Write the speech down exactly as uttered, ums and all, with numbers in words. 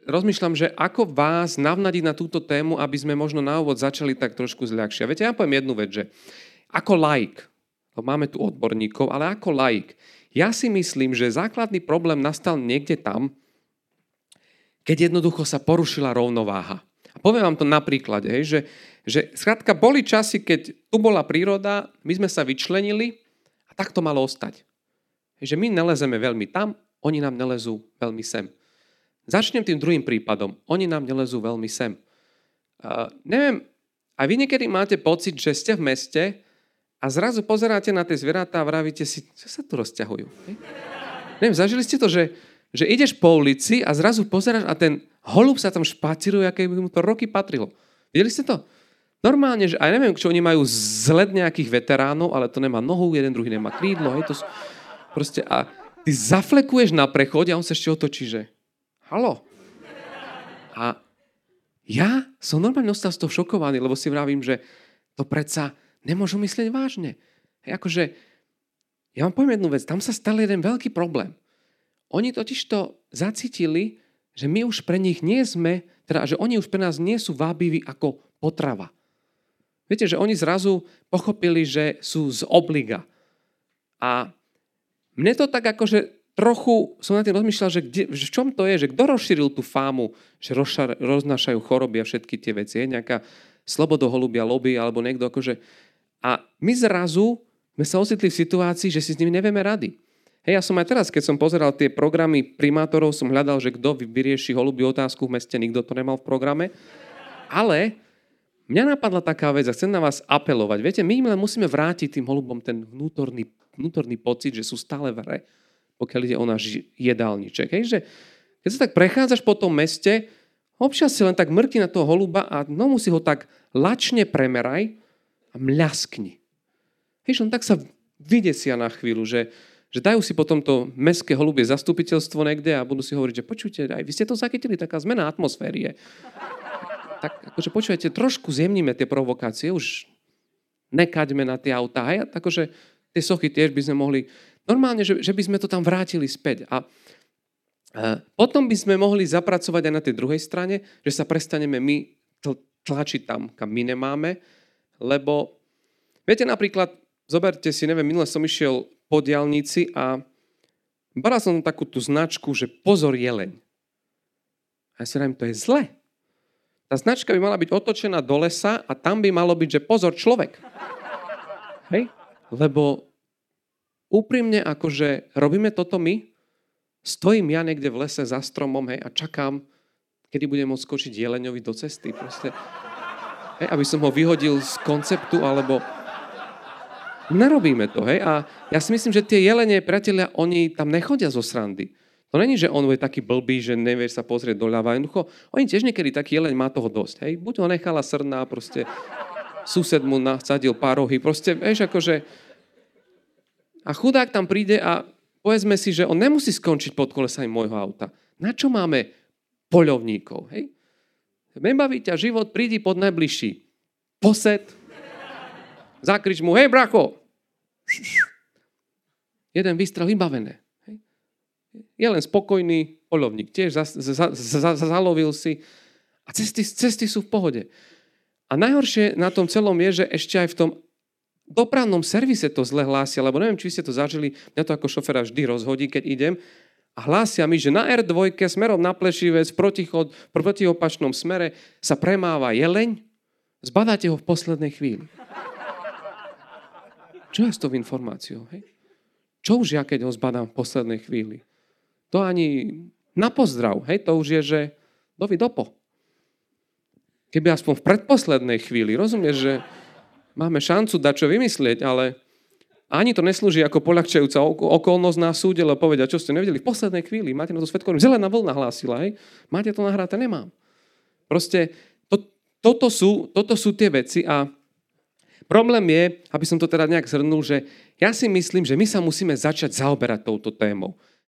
rozmýšľam, že ako vás navnadiť na túto tému, aby sme možno na úvod začali tak trošku zľahšia. Viete, ja poviem jednu vec, že ako laik, máme tu odborníkov, ale ako laik, ja si myslím, že základný problém nastal niekde tam, keď jednoducho sa porušila rovnováha. A poviem vám to na príklade, hej, že, že skrátka boli časy, keď tu bola príroda, my sme sa vyčlenili a tak to malo ostať. Hej, že my nelezeme veľmi tam, oni nám nelezú veľmi sem. Začnem tým druhým prípadom. Oni nám nelezú veľmi sem. Uh, neviem, a vy niekedy máte pocit, že ste v meste a zrazu pozeráte na tie zvieratá a vravíte si, čo sa tu rozťahujú. Hej? Neviem, zažili ste to, že, že ideš po ulici a zrazu pozeráš a ten holub sa tam špaciruje, aké by mu to roky patrilo. Videli ste to? Normálne, že aj neviem, čo oni majú zled nejakých veteránov, ale to nemá nohu, jeden druhý nemá krídlo. Hej? To sú proste, a ty zaflekuješ na prechode a on sa ešte otočí, že haló. A ja som normálne ostal z toho šokovaný, lebo si vravím, že to predsa nemôžu myslieť vážne. Hej, akože, ja vám poviem jednu vec, tam sa stal jeden veľký problém. Oni totižto zacítili, že my už pre nich nie sme, teda, že oni už pre nás nie sú vábiví ako potrava. Viete, že oni zrazu pochopili, že sú z obliga. A mne to tak akože trochu som na tým rozmýšľal, že, kde, že v čom to je, že kto rozšíril tú fámu, že rozšar, roznášajú choroby a všetky tie veci. Je nejaká slobodoholubia lobby alebo niekto akože. A my zrazu sme sa ocitli v situácii, že si s nimi nevieme rady. Hej, ja som aj teraz, keď som pozeral tie programy primátorov, som hľadal, že kto vyrieši holubiu otázku v meste, nikto to nemal v programe. Ale mňa napadla taká vec a chcem na vás apelovať. Viete, my im len musíme vrátiť tým holubom ten vnútorný, vnútorný pocit, že sú stále v hre, pokiaľ ide o náš jedálniček. Hej, že keď sa tak prechádzaš po tom meste, občas si len tak mrkni na toho holuba a no si ho tak lačne premeraj a mľaskni. Hej, on tak sa vydesia na chvíľu, že, že dajú si potom to mestské holubie zastupiteľstvo niekde a budú si hovoriť, že počujte, aj vy ste to zachytili, taká zmena atmosféry je. Tak akože počujete, trošku zjemníme tie provokácie, už nekaďme na tie autá, hej, akože tie sochy tiež by sme mohli. Normálne, že, že by sme to tam vrátili späť. A, a potom by sme mohli zapracovať aj na tej druhej strane, že sa prestaneme my tl- tlačiť tam, kam my nemáme, lebo viete napríklad, zoberte si, neviem, minule som išiel po diaľnici a baral som takú tú značku, že pozor jeleň. A ja si hovorím, to je zle. Tá značka by mala byť otočená do lesa a tam by malo byť, že pozor človek. Hej? Lebo úprimne, akože robíme toto my, stojím ja niekde v lese za stromom, hej, a čakám, kedy budem môcť skočiť jeleňovi do cesty, proste. Hej, aby som ho vyhodil z konceptu, alebo nerobíme to, hej. A ja si myslím, že tie jelene, priatelia, oni tam nechodia zo srandy. To není, že on je taký blbý, že nevieš sa pozrieť doľava. Jednoducho, oni tiež niekedy taký jeleň má toho dosť, hej. Buď ho nechala srná, proste sused mu nasadil pár rohy, proste, vieš, akože. A chudák tam príde a povedzme si, že on nemusí skončiť pod kolesaním môjho auta. Na čo máme poľovníkov? Hej? Nebaví ťa život, prídi pod najbližší posed, zakrič mu, hej bracho! Jeden výstrel vybavené. Hej? Je len spokojný poľovník. Tiež za, za, za, za, zalovil si a cesty, cesty sú v pohode. A najhoršie na tom celom je, že ešte aj v tom dopravnom servise to zle hlásia, lebo neviem, či ste to zažili, mňa to ako šoféra vždy rozhodí, keď idem, a hlásia mi, že na er dva smerom na Plešivec v protichod, protiopačnom smere sa premáva jeleň, zbadáte ho v poslednej chvíli. Čo je s tou informáciou? Hej? Čo už ja, keď ho zbadám v poslednej chvíli? To ani na pozdrav, hej? To už je, že dovi dopo. Keby aspoň v predposlednej chvíli, rozumieš, že máme šancu dať čo vymyslieť, ale ani to neslúži ako poľahčajúca okolnosť na súde, lebo povedia, čo ste nevideli v poslednej chvíli, máte na to svedkovanie, zelená vlna hlásila, hej? Máte to nahráte? Nemám. Proste to, toto, sú, toto sú tie veci a problém je, aby som to teda nejak zhrnul, že ja si myslím, že my sa musíme začať zaoberať touto témou.